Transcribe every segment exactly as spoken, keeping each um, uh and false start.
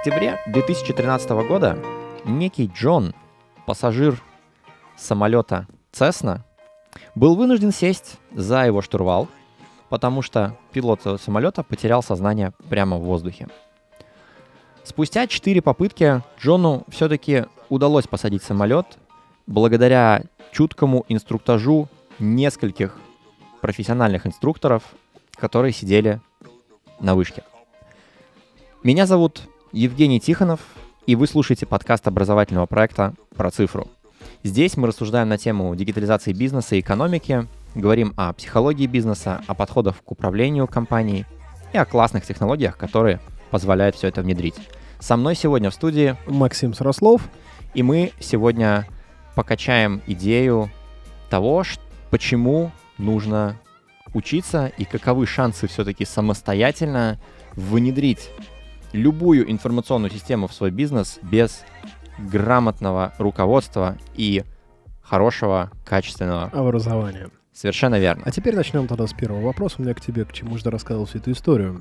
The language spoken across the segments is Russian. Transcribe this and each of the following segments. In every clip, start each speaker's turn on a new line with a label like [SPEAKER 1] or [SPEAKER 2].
[SPEAKER 1] октябре две тысячи тринадцатого года некий Джон, пассажир самолета Cessna, был вынужден сесть за его штурвал, потому что пилот самолета потерял сознание прямо в воздухе. Спустя четыре попытки Джону все-таки удалось посадить самолет благодаря чуткому инструктажу нескольких профессиональных инструкторов, которые сидели на вышке. Меня зовут Евгений Тихонов, и вы слушаете подкаст образовательного проекта «Про цифру». Здесь мы рассуждаем на тему дигитализации бизнеса и экономики, говорим о психологии бизнеса, о подходах к управлению компанией и о классных технологиях, которые позволяют все это внедрить. Со мной сегодня в студии
[SPEAKER 2] Максим Срослов,
[SPEAKER 1] и мы сегодня покачаем идею того, ш- почему нужно учиться и каковы шансы все-таки самостоятельно внедрить любую информационную систему в свой бизнес без грамотного руководства и хорошего, качественного
[SPEAKER 2] образование.
[SPEAKER 1] Совершенно верно.
[SPEAKER 2] А теперь начнем тогда с первого вопроса. У меня к тебе, к чему же ты рассказывал всю эту историю?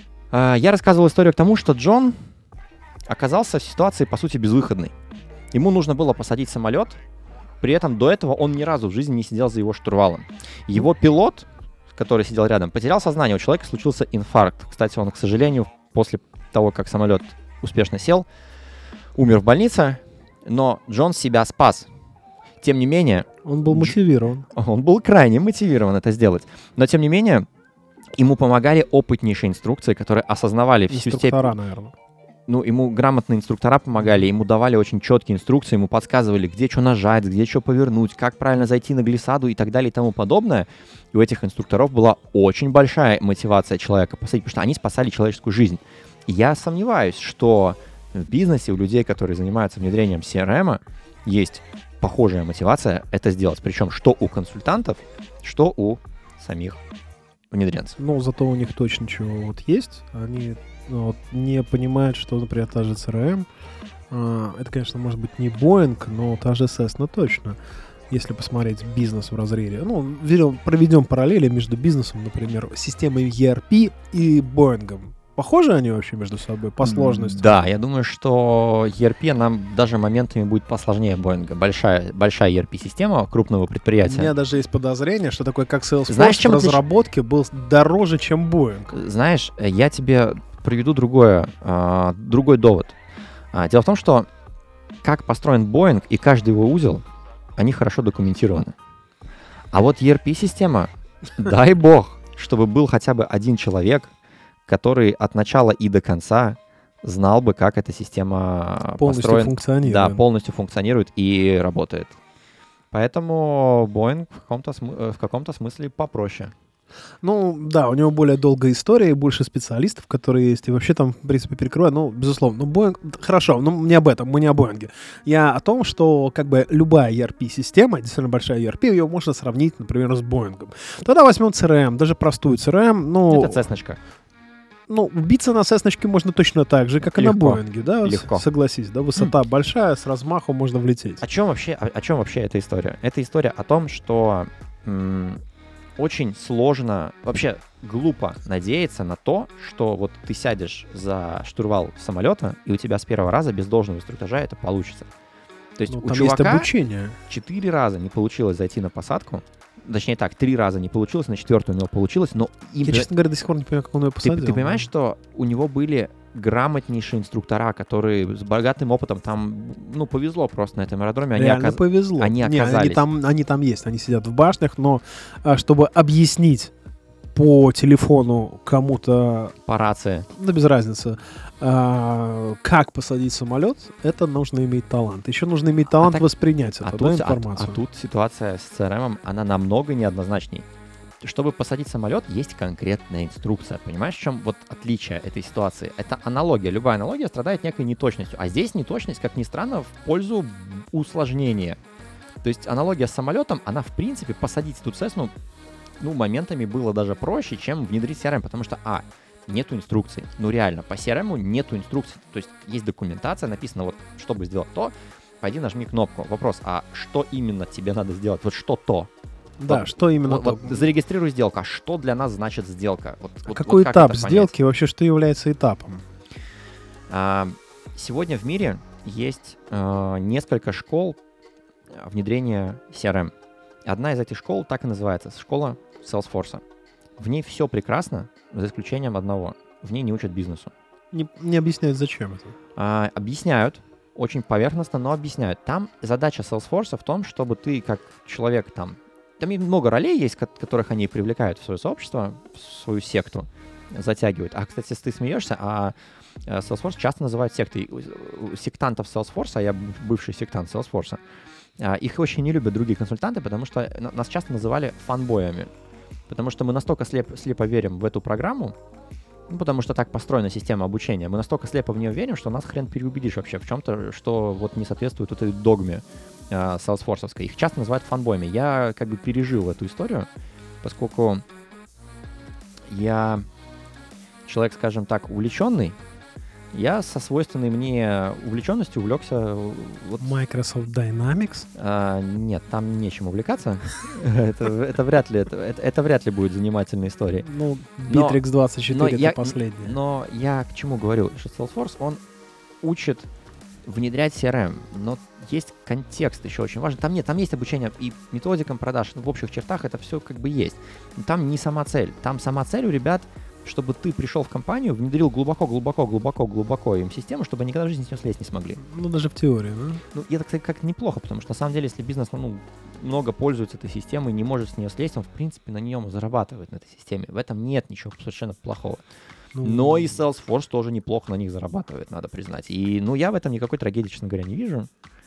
[SPEAKER 1] А, я рассказывал историю к тому, что Джон оказался в ситуации, по сути, безвыходной. Ему нужно было посадить самолет, при этом до этого он ни разу в жизни не сидел за его штурвалом. Его пилот, который сидел рядом, потерял сознание. У человека случился инфаркт. Кстати, он, к сожалению, после того, как самолет успешно сел, умер в больнице, но Джон себя спас. Тем не менее...
[SPEAKER 2] Он был мотивирован.
[SPEAKER 1] Он был крайне мотивирован это сделать. Но, тем не менее, ему помогали опытнейшие инструкции, которые осознавали всю степень...
[SPEAKER 2] Инструктора, наверное.
[SPEAKER 1] Ну, ему грамотные инструктора помогали, ему давали очень четкие инструкции, ему подсказывали, где что нажать, где что повернуть, как правильно зайти на глиссаду и так далее и тому подобное. И у этих инструкторов была очень большая мотивация человека посадить, потому что они спасали человеческую жизнь. И я сомневаюсь, что в бизнесе у людей, которые занимаются внедрением си эр эм, есть похожая мотивация это сделать. Причем что у консультантов, что у самих внедренцев.
[SPEAKER 2] Ну, зато у них точно чего вот есть. Они ну, вот, не понимают, что, например, та же си эр эм, а, это, конечно, может быть не Boeing, но та же Cessna точно. Если посмотреть бизнес в разрезе, ну, ведем, проведем параллели между бизнесом, например, системой и ар пи и Boeing. Похожи они вообще между собой по сложности?
[SPEAKER 1] Да, я думаю, что и ар пи нам даже моментами будет посложнее Boeing. Большая, большая и ар пи-система крупного предприятия.
[SPEAKER 2] У меня даже есть подозрение, что такое как Salesforce
[SPEAKER 1] Знаешь, чем
[SPEAKER 2] в
[SPEAKER 1] отлич...
[SPEAKER 2] разработке был дороже, чем Boeing.
[SPEAKER 1] Знаешь, я тебе приведу другое, э, другой довод. А, дело в том, что как построен Boeing и каждый его узел, они хорошо документированы. А вот и ар пи-система, дай бог, чтобы был хотя бы один человек, который от начала и до конца знал бы, как эта система
[SPEAKER 2] полностью
[SPEAKER 1] построена.
[SPEAKER 2] Функционирует.
[SPEAKER 1] Да, полностью функционирует и работает. Поэтому Boeing в каком-то, см- в каком-то смысле попроще.
[SPEAKER 2] Ну, да, у него более долгая история и больше специалистов, которые есть. И вообще там, в принципе, перекрывают. Ну, безусловно. Ну, Boeing... Хорошо, но не об этом, мы не о Boeing. Я о том, что как бы любая и ар пи-система, действительно большая и ар пи, ее можно сравнить, например, с Boeing. Тогда возьмем си эр эм, даже простую си эр эм. Ну,
[SPEAKER 1] Это Cessna-очка.
[SPEAKER 2] Ну, убиться на Cessna-очке можно точно так же, как
[SPEAKER 1] Легко.
[SPEAKER 2] и на Боинге, да?
[SPEAKER 1] Легко.
[SPEAKER 2] Согласись, да? Высота
[SPEAKER 1] Mm.
[SPEAKER 2] большая, с размаху можно влететь.
[SPEAKER 1] О чем вообще, о, о чем вообще эта история? Это история о том, что м, очень сложно, вообще глупо надеяться на то, что вот ты сядешь за штурвал самолета, и у тебя с первого раза без должного инструктажа это получится. То есть
[SPEAKER 2] Ну,
[SPEAKER 1] у
[SPEAKER 2] там
[SPEAKER 1] чувака
[SPEAKER 2] есть обучение.
[SPEAKER 1] четыре раза не получилось зайти на посадку. Точнее так, три раза не получилось, на четвертую у него получилось, но... Им...
[SPEAKER 2] Я, честно говоря, до сих пор не понимаю, как он ее посадил.
[SPEAKER 1] Ты, ты понимаешь, что у него были грамотнейшие инструктора, которые с богатым опытом, там, ну, повезло просто на этом аэродроме. Они
[SPEAKER 2] Реально
[SPEAKER 1] оказ...
[SPEAKER 2] повезло.
[SPEAKER 1] Они
[SPEAKER 2] Не,
[SPEAKER 1] оказались.
[SPEAKER 2] они, там, они там есть, они сидят в башнях, но а, чтобы объяснить по телефону кому-то...
[SPEAKER 1] По рации.
[SPEAKER 2] Да без разницы. А, как посадить самолет, это нужно иметь талант. Еще нужно иметь талант
[SPEAKER 1] а так,
[SPEAKER 2] воспринять эту
[SPEAKER 1] а
[SPEAKER 2] да,
[SPEAKER 1] тут,
[SPEAKER 2] информацию.
[SPEAKER 1] А, а тут ситуация с си эр эм, она намного неоднозначней. Чтобы посадить самолет, есть конкретная инструкция. Понимаешь, в чем вот отличие этой ситуации? Это аналогия. Любая аналогия страдает некой неточностью. А здесь неточность, как ни странно, в пользу усложнения. То есть аналогия с самолетом, она в принципе посадить эту Cessna, ну, моментами было даже проще, чем внедрить си эр эм, потому что, а, нету инструкций. Ну, реально, по си эр эм нету инструкций. То есть есть документация, написано вот, чтобы сделать то, пойди нажми кнопку. Вопрос, а что именно тебе надо сделать? Вот что то?
[SPEAKER 2] Да,
[SPEAKER 1] вот,
[SPEAKER 2] что именно?
[SPEAKER 1] Вот, вот зарегистрируй сделку. А что для нас значит сделка? Вот,
[SPEAKER 2] а
[SPEAKER 1] вот,
[SPEAKER 2] какой
[SPEAKER 1] вот как
[SPEAKER 2] этап
[SPEAKER 1] это
[SPEAKER 2] сделки? Вообще, что является этапом?
[SPEAKER 1] А, сегодня в мире есть э, несколько школ внедрения си ар эм. Одна из этих школ так и называется, школа Salesforce. В ней все прекрасно, за исключением одного. В ней не учат бизнесу.
[SPEAKER 2] Не, не объясняют, зачем это.
[SPEAKER 1] А, объясняют, очень поверхностно, но объясняют. Там задача Salesforce в том, чтобы ты как человек там... Там и много ролей есть, которых они привлекают в свое сообщество, в свою секту, затягивают. А, кстати, если ты смеешься, а Salesforce часто называют сектой. Сектантов Salesforce, а я бывший сектант Salesforce, их очень не любят другие консультанты, потому что нас часто называли фанбоями. Потому что мы настолько слеп, слепо верим в эту программу, ну, потому что так построена система обучения, мы настолько слепо в нее верим, что нас хрен переубедишь вообще в чем-то, что вот не соответствует этой догме э, Salesforce-овской. Их часто называют фанбоями. Я как бы пережил эту историю, поскольку я человек, скажем так, увлеченный, я со свойственной мне увлеченностью увлекся... Вот,
[SPEAKER 2] Microsoft Dynamics?
[SPEAKER 1] А, нет, там нечем увлекаться. это, это, вряд ли, это, это, это вряд ли будет занимательной историей.
[SPEAKER 2] Ну, Bittrex двадцать четыре это последнее.
[SPEAKER 1] Но я к чему говорю, что Salesforce, он учит внедрять си ар эм, но есть контекст еще очень важный. Там нет, там есть обучение и методикам продаж, в общих чертах это все как бы есть. Но там не сама цель. Там сама цель у ребят, чтобы ты пришел в компанию, внедрил глубоко-глубоко-глубоко-глубоко им систему, чтобы они никогда в жизни с нее слезть не смогли.
[SPEAKER 2] Ну, даже в теории, да?
[SPEAKER 1] Ну, это, кстати, как неплохо, потому что, на самом деле, если бизнес, ну, много пользуется этой системой и не может с нее слезть, он, в принципе, на нем зарабатывает, на этой системе. В этом нет ничего совершенно плохого. Ну, но и Salesforce тоже неплохо на них зарабатывает, надо признать. И, ну, я в этом никакой трагедии, честно говоря, не вижу.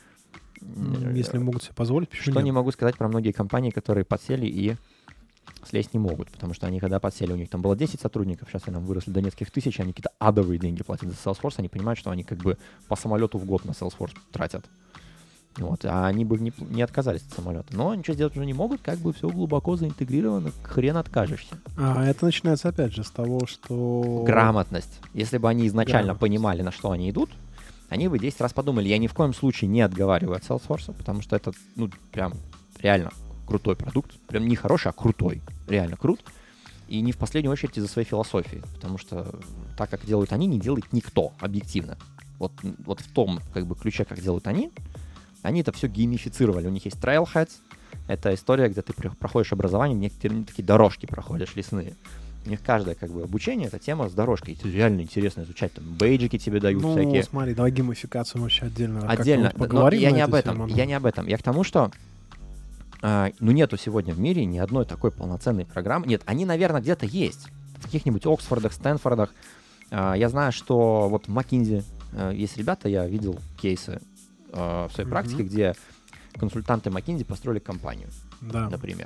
[SPEAKER 2] Если могут себе позволить, почему
[SPEAKER 1] Что
[SPEAKER 2] нет?
[SPEAKER 1] не могу сказать про многие компании, которые подсели и слезть не могут, потому что они, когда подсели, у них там было десять сотрудников, сейчас они нам выросли до нескольких тысяч, они какие-то адовые деньги платят за Salesforce, они понимают, что они как бы по самолету в год на Salesforce тратят. Вот, а они бы не, не отказались от самолета. Но ничего сделать уже не могут, как бы все глубоко заинтегрировано, хрен откажешься.
[SPEAKER 2] А это начинается опять же с того, что...
[SPEAKER 1] Грамотность. Если бы они изначально
[SPEAKER 2] Грамотность.
[SPEAKER 1] понимали, на что они идут, они бы десять раз подумали. Я ни в коем случае не отговариваю от Salesforce, потому что это, ну, прям реально крутой продукт. Прям не хороший, а крутой. Реально крут. И не в последнюю очередь из-за своей философии. Потому что так, как делают они, не делает никто, объективно. Вот, вот в том как бы ключе, как делают они, они это все геймифицировали. У них есть Trailheads. Это история, где ты проходишь образование, некоторые такие дорожки проходишь лесные. У них каждое как бы обучение — это тема с дорожкой. Это реально интересно изучать. Там бейджики тебе дают
[SPEAKER 2] ну,
[SPEAKER 1] всякие.
[SPEAKER 2] Ну, смотри, давай геймификацию мы вообще отдельно
[SPEAKER 1] Отдельно.
[SPEAKER 2] поговорим.
[SPEAKER 1] Но я не
[SPEAKER 2] эту
[SPEAKER 1] об этом.
[SPEAKER 2] тему, но...
[SPEAKER 1] Я не об этом. Я к тому, что Uh, ну, нету сегодня в мире ни одной такой полноценной программы. Нет, они, наверное, где-то есть. В каких-нибудь Оксфордах, Стэнфордах. Uh, я знаю, что вот в McKinsey uh, есть ребята, я видел кейсы uh, в своей mm-hmm. практике, где консультанты McKinsey построили компанию,
[SPEAKER 2] да.
[SPEAKER 1] например.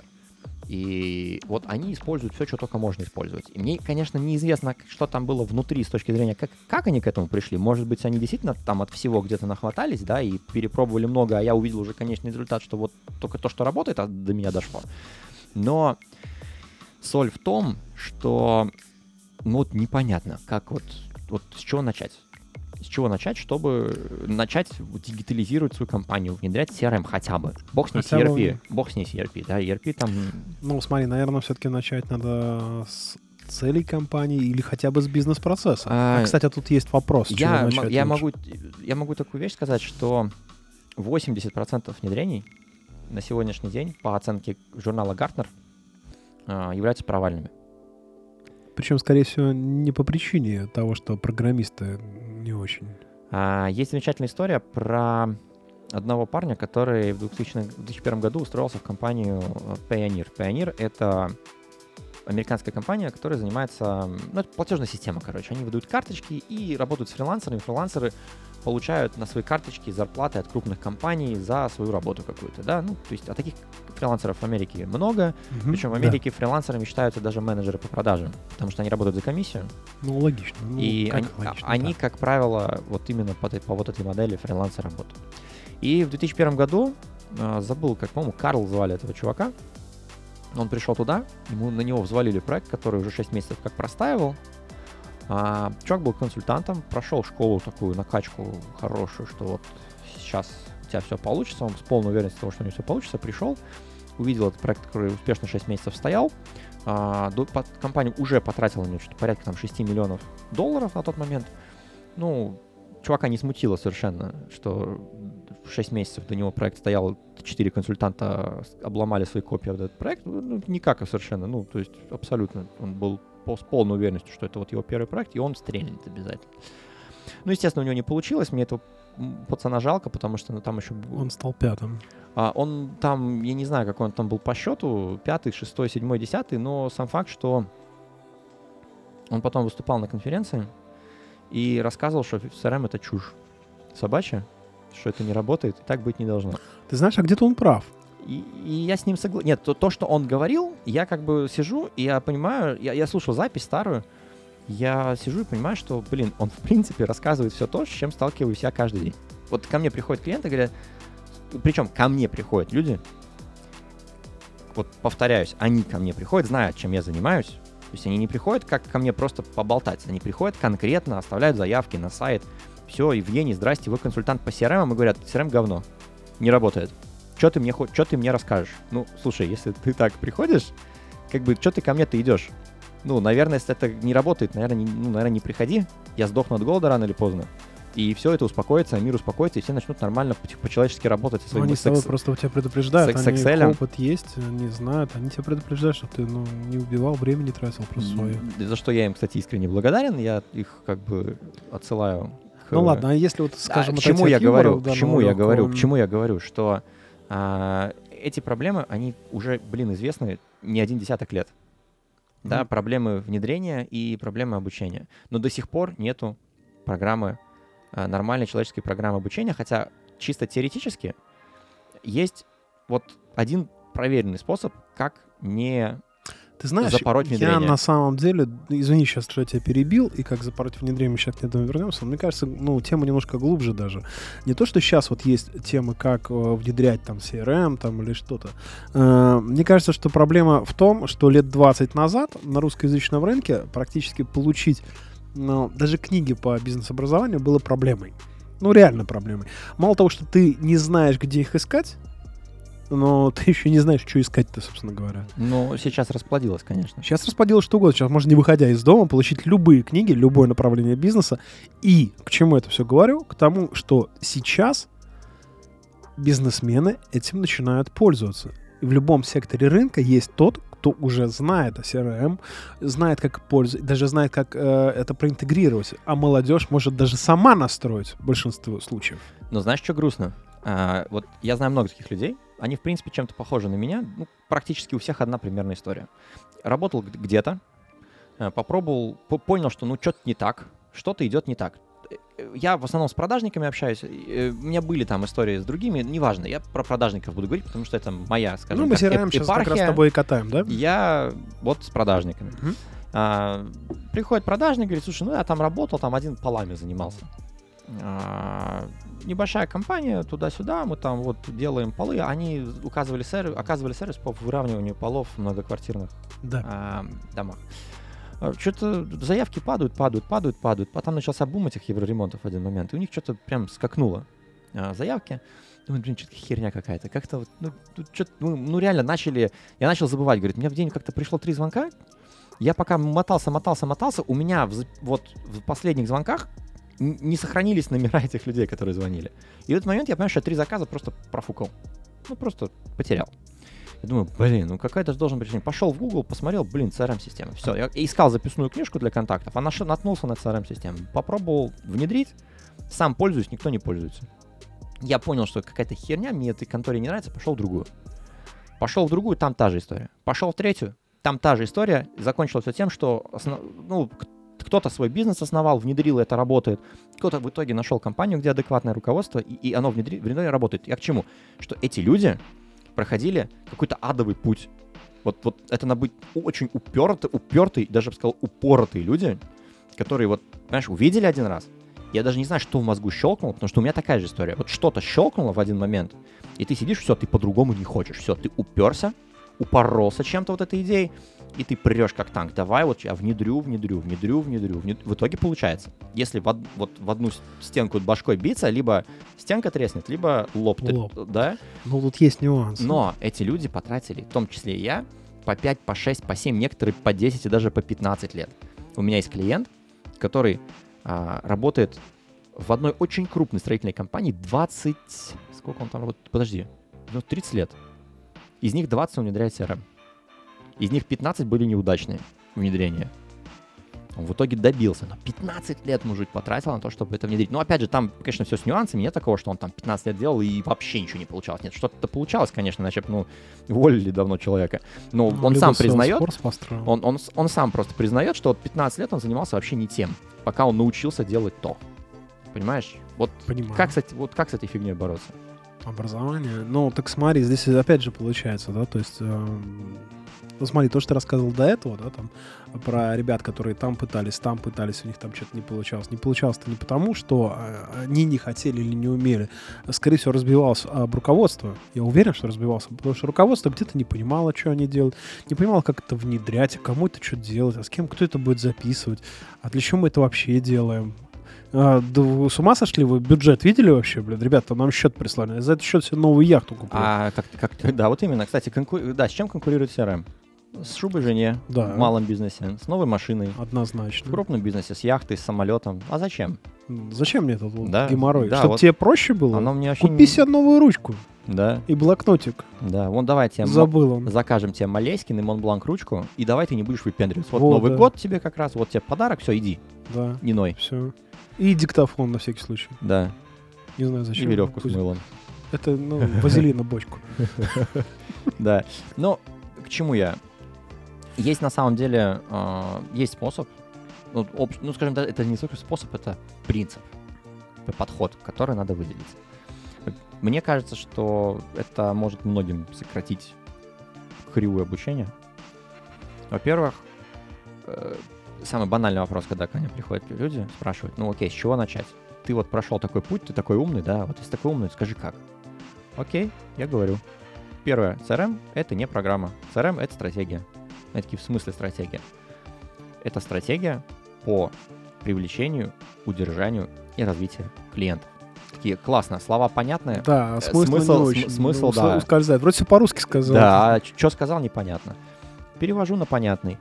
[SPEAKER 1] И вот они используют все, что только можно использовать. И мне, конечно, неизвестно, что там было внутри с точки зрения, как, как они к этому пришли. Может быть, они действительно там от всего где-то нахватались, да, и перепробовали много, а я увидел уже конечный результат, что вот только то, что работает, а до меня дошло. Но соль в том, что, ну, вот непонятно, как вот, вот с чего начать. С чего начать, чтобы начать дигитализировать свою компанию, внедрять си ар эм хотя бы. Бог с ней си ар пи. Бы... Бог с ней си ар пи, да, и ар пи там...
[SPEAKER 2] Ну, смотри, наверное, все-таки начать надо с целей компании или хотя бы с бизнес-процесса. А, а кстати, тут есть вопрос.
[SPEAKER 1] Я, м- я, могу, я могу такую вещь сказать, что восемьдесят процентов внедрений на сегодняшний день, по оценке журнала Gartner, являются провальными.
[SPEAKER 2] Причем, скорее всего, не по причине того, что программисты не очень.
[SPEAKER 1] А, есть замечательная история про одного парня, который в две тысячи первом году устроился в компанию Payoneer. Payoneer — это американская компания, которая занимается... Ну, это платежная система, короче. Они выдают карточки и работают с фрилансерами. Фрилансеры получают на свои карточки зарплаты от крупных компаний за свою работу какую-то, да? Ну, то есть, а таких фрилансеров в Америке много. Mm-hmm, Причем в Америке да. фрилансерами считаются даже менеджеры по продажам, потому что они работают за комиссию.
[SPEAKER 2] Ну, логично. Ну,
[SPEAKER 1] и они,
[SPEAKER 2] логично,
[SPEAKER 1] они
[SPEAKER 2] да.
[SPEAKER 1] как правило, вот именно по, по вот этой модели фриланса работают. И в две тысячи первом году, э, забыл, как, по-моему, Карл звали этого чувака, он пришел туда, ему, на него взвалили проект, который уже шесть месяцев как простаивал. А, чувак был консультантом, прошел школу такую, накачку хорошую, что вот сейчас у тебя все получится. Он с полной уверенностью того, что у него все получится, пришел, увидел этот проект, который успешно шесть месяцев стоял. А, до, под, компания уже потратила на него что-то порядка там, шесть миллионов долларов на тот момент. Ну, чувака не смутило совершенно, что шесть месяцев до него проект стоял, четыре консультанта обломали свои копии в этот проект. Ну, никак совершенно. Ну, то есть абсолютно. Он был с полной уверенностью, что это вот его первый проект, и он стрельнет обязательно. Ну, естественно, у него не получилось. Мне этого пацана жалко, потому что ну, там еще...
[SPEAKER 2] Он стал пятым.
[SPEAKER 1] А, он там, я не знаю, какой он там был по счету, пятый, шестой, седьмой, десятый, но сам факт, что он потом выступал на конференции и рассказывал, что си ар эм — это чушь собачья, что это не работает, и так быть не должно.
[SPEAKER 2] Ты знаешь, а где-то он прав.
[SPEAKER 1] И, и я с ним согласен. Нет, то, то, что он говорил, я как бы сижу, и я понимаю, я, я слушал запись старую, я сижу и понимаю, что, блин, он в принципе рассказывает все то, с чем сталкиваюсь я каждый день. Вот ко мне приходят клиенты, говорят, причем ко мне приходят люди, вот повторяюсь, они ко мне приходят, знают, чем я занимаюсь, то есть они не приходят как ко мне просто поболтать, они приходят конкретно, оставляют заявки на сайт, все, Евгений, здрасте, вы консультант по си ар эм, и говорят, си ар эм говно, не работает. Что ты мне, что ты мне расскажешь? Ну, слушай, если ты так приходишь, как бы, что ты ко мне-то идешь? Ну, наверное, если это не работает, наверное, не, ну, наверное, не приходи. Я сдохну от голода рано или поздно. И все это успокоится, мир успокоится, и все начнут нормально по-человечески работать со своим...
[SPEAKER 2] Они с тобой просто у тебя предупреждают,
[SPEAKER 1] с
[SPEAKER 2] они опыт есть, они знают, они тебя предупреждают, что ты ну, не убивал, время не тратил просто свое.
[SPEAKER 1] За что я им, кстати, искренне благодарен, я их как бы отсылаю к...
[SPEAKER 2] Ну ладно, а если вот, скажем...
[SPEAKER 1] А, к чему я говорю, к чему я говорю,
[SPEAKER 2] он...
[SPEAKER 1] к чему я говорю, что а, эти проблемы, они уже, блин, известны не один десяток лет. Mm-hmm. Да, проблемы внедрения и проблемы обучения. Но до сих пор нету программы, а, нормальной человеческой программы обучения, хотя чисто теоретически есть вот один проверенный способ, как не...
[SPEAKER 2] Ты знаешь,
[SPEAKER 1] запороть внедрение.
[SPEAKER 2] Я на самом деле, извини сейчас, что я тебя перебил, и как запороть внедрение, мы сейчас к этому вернемся, но мне кажется, ну, тема немножко глубже даже. Не то, что сейчас вот есть темы, как э, внедрять там си ар эм там, или что-то. Э, мне кажется, что проблема в том, что лет двадцать назад на русскоязычном рынке практически получить ну, даже книги по бизнес-образованию было проблемой. Ну, реально проблемой. Мало того, что ты не знаешь, где их искать, но ты еще не знаешь, что искать-то, собственно говоря.
[SPEAKER 1] Ну, сейчас расплодилось, конечно.
[SPEAKER 2] Сейчас расплодилось что угодно. Сейчас можно, не выходя из дома, получить любые книги, любое направление бизнеса. И к чему это все говорю? К тому, что сейчас бизнесмены этим начинают пользоваться. И в любом секторе рынка есть тот, кто уже знает о си ар эм, знает, как пользоваться, даже знает, как э, это проинтегрировать. А молодежь может даже сама настроить в большинстве случаев.
[SPEAKER 1] Но знаешь, что грустно? А, вот я знаю много таких людей, они, в принципе, чем-то похожи на меня. Ну, практически у всех одна примерная история. Работал где-то, попробовал, понял, что ну что-то не так, что-то идет не так. Я в основном с продажниками общаюсь. У меня были там истории с другими, неважно, я про продажников буду говорить, потому что это моя, скажем
[SPEAKER 2] ну, мы
[SPEAKER 1] так,
[SPEAKER 2] си ар эм сейчас как раз с тобой и катаем, да?
[SPEAKER 1] Я вот с продажниками.
[SPEAKER 2] Uh-huh.
[SPEAKER 1] А, приходит продажник, говорит, слушай, ну я там работал, там один полами занимался. А, небольшая компания, туда-сюда, мы там вот делаем полы, они указывали сервис, оказывали сервис по выравниванию полов в многоквартирных
[SPEAKER 2] да.
[SPEAKER 1] а, домах. А, что-то заявки падают, падают, падают, падают. Потом начался бум этих евроремонтов в один момент, и у них что-то прям скакнуло а, заявки. Думаю, блин, что-то херня какая-то. Как-то вот, ну, что-то, ну, ну реально начали, я начал забывать, говорит, мне в день как-то пришло три звонка, я пока мотался, мотался, мотался, у меня в, вот в последних звонках не сохранились номера этих людей, которые звонили. И в этот момент я понимаю, что я три заказа просто профукал. Ну, просто потерял. Я думаю, блин, ну какая-то же должен быть решение. Пошел в Google, посмотрел, блин, си ар эм-система. Все, я искал записную книжку для контактов, а наш... наткнулся на си ар эм-систему. Попробовал внедрить, сам пользуюсь, никто не пользуется. Я понял, что какая-то херня, мне этой конторе не нравится, пошел в другую. Пошел в другую, там та же история. Пошел в третью, там та же история. Закончилось все тем, что основ... ну, кто-то свой бизнес основал, внедрил, это работает. Кто-то в итоге нашел компанию, где адекватное руководство, и, и оно внедри, внедрено работает. Я к чему? Что эти люди проходили какой-то адовый путь. Вот, вот это надо быть очень упертый, упертый, даже, я бы сказал, упоротые люди, которые вот, понимаешь, увидели один раз. Я даже не знаю, что в мозгу щелкнуло, потому что у меня такая же история. Вот что-то щелкнуло в один момент, и ты сидишь, все, ты по-другому не хочешь. Все, ты уперся, упоролся чем-то вот этой идеей, и ты прешь как танк. Давай вот я внедрю, внедрю, внедрю, внедрю. внедрю. В итоге получается. Если в, од, вот в одну стенку башкой биться, либо стенка треснет, либо лоб.
[SPEAKER 2] Лоб.
[SPEAKER 1] Ты, да?
[SPEAKER 2] Ну, тут есть нюансы.
[SPEAKER 1] Но эти люди потратили, в том числе и я, по пять, по шесть, по семь, некоторые по десять и даже по пятнадцать лет. У меня есть клиент, который а, работает в одной очень крупной строительной компании двадцать... Сколько он там работает? Подожди. Ну, тридцать лет. Из них двадцать он внедряет си ар эм. Из них пятнадцать были неудачные внедрения. Он в итоге добился. Но пятнадцать лет мужик потратил на то, чтобы это внедрить. Ну, опять же, там, конечно, все с нюансами. Нет такого, что он там пятнадцать лет делал и вообще ничего не получалось. Нет, что-то получалось, конечно, иначе бы, ну, уволили давно человека. Но ну, он сам признает, он, он, он сам просто признает, что вот пятнадцать лет он занимался вообще не тем, пока он научился делать то. Понимаешь? Вот как, с, вот как с этой фигней бороться?
[SPEAKER 2] Образование? Ну, так смотри, здесь опять же получается, да, то есть... Э, ну, смотри, то, что ты рассказывал до этого, да, там, про ребят, которые там пытались, там пытались, у них там что-то не получалось. Не получалось-то не потому, что они не хотели или не умели. Скорее всего, разбивалось об руководство. Я уверен, что разбивался, потому что руководство где-то не понимало, что они делают, не понимало, как это внедрять, а кому это что делать, а с кем кто это будет записывать, а для чего мы это вообще делаем. А, да вы с ума сошли? Вы бюджет видели вообще, блин? Ребята, нам счет прислали. За этот счет себе новую яхту купили.
[SPEAKER 1] А, как, как, да, вот именно. Кстати, конку... да, с чем конкурирует си ар эм? С шубой жене, да. В малом бизнесе, с новой машиной.
[SPEAKER 2] Однозначно.
[SPEAKER 1] В крупном бизнесе, с яхтой, с самолетом. А зачем?
[SPEAKER 2] Зачем мне этот вот
[SPEAKER 1] да,
[SPEAKER 2] геморрой?
[SPEAKER 1] да,
[SPEAKER 2] Чтобы
[SPEAKER 1] вот
[SPEAKER 2] тебе проще было?
[SPEAKER 1] оно мне вообще
[SPEAKER 2] Купи
[SPEAKER 1] не...
[SPEAKER 2] себе новую ручку.
[SPEAKER 1] Да.
[SPEAKER 2] И блокнотик.
[SPEAKER 1] Да, вон давай тебе
[SPEAKER 2] Забыл он.
[SPEAKER 1] закажем тебе Малейскин и Монбланк ручку, и давай ты не будешь выпендриваться. Вот,
[SPEAKER 2] вот
[SPEAKER 1] Новый
[SPEAKER 2] да.
[SPEAKER 1] год тебе как раз, вот тебе подарок, все, иди.
[SPEAKER 2] Да.
[SPEAKER 1] Не ной.
[SPEAKER 2] Все. И диктофон на всякий случай.
[SPEAKER 1] Да.
[SPEAKER 2] Не знаю, зачем.
[SPEAKER 1] И веревку с мылом.
[SPEAKER 2] Это, ну, вазелина бочку.
[SPEAKER 1] Да. Но к чему я? Есть на самом деле, есть способ, ну, скажем, это не только способ, это принцип, подход, который надо выделить. Мне кажется, что это может многим сократить кривую обучение. Во-первых, самый банальный вопрос, когда ко мне приходят люди, спрашивают, ну окей, с чего начать? Ты вот прошел такой путь, ты такой умный, да, вот если такой умный, скажи как? Окей, я говорю. Первое, си ар эм — это не программа, си ар эм — это стратегия. Это такие в смысле стратегия. Это стратегия по привлечению, удержанию и развитию клиентов. Такие классно, слова понятные.
[SPEAKER 2] Да, смысл,
[SPEAKER 1] смысл,
[SPEAKER 2] не очень.
[SPEAKER 1] См- смысл,
[SPEAKER 2] ну,
[SPEAKER 1] да.
[SPEAKER 2] Ускользает. Вроде все по-русски сказал.
[SPEAKER 1] Да, а что сказал, непонятно. Перевожу на понятный.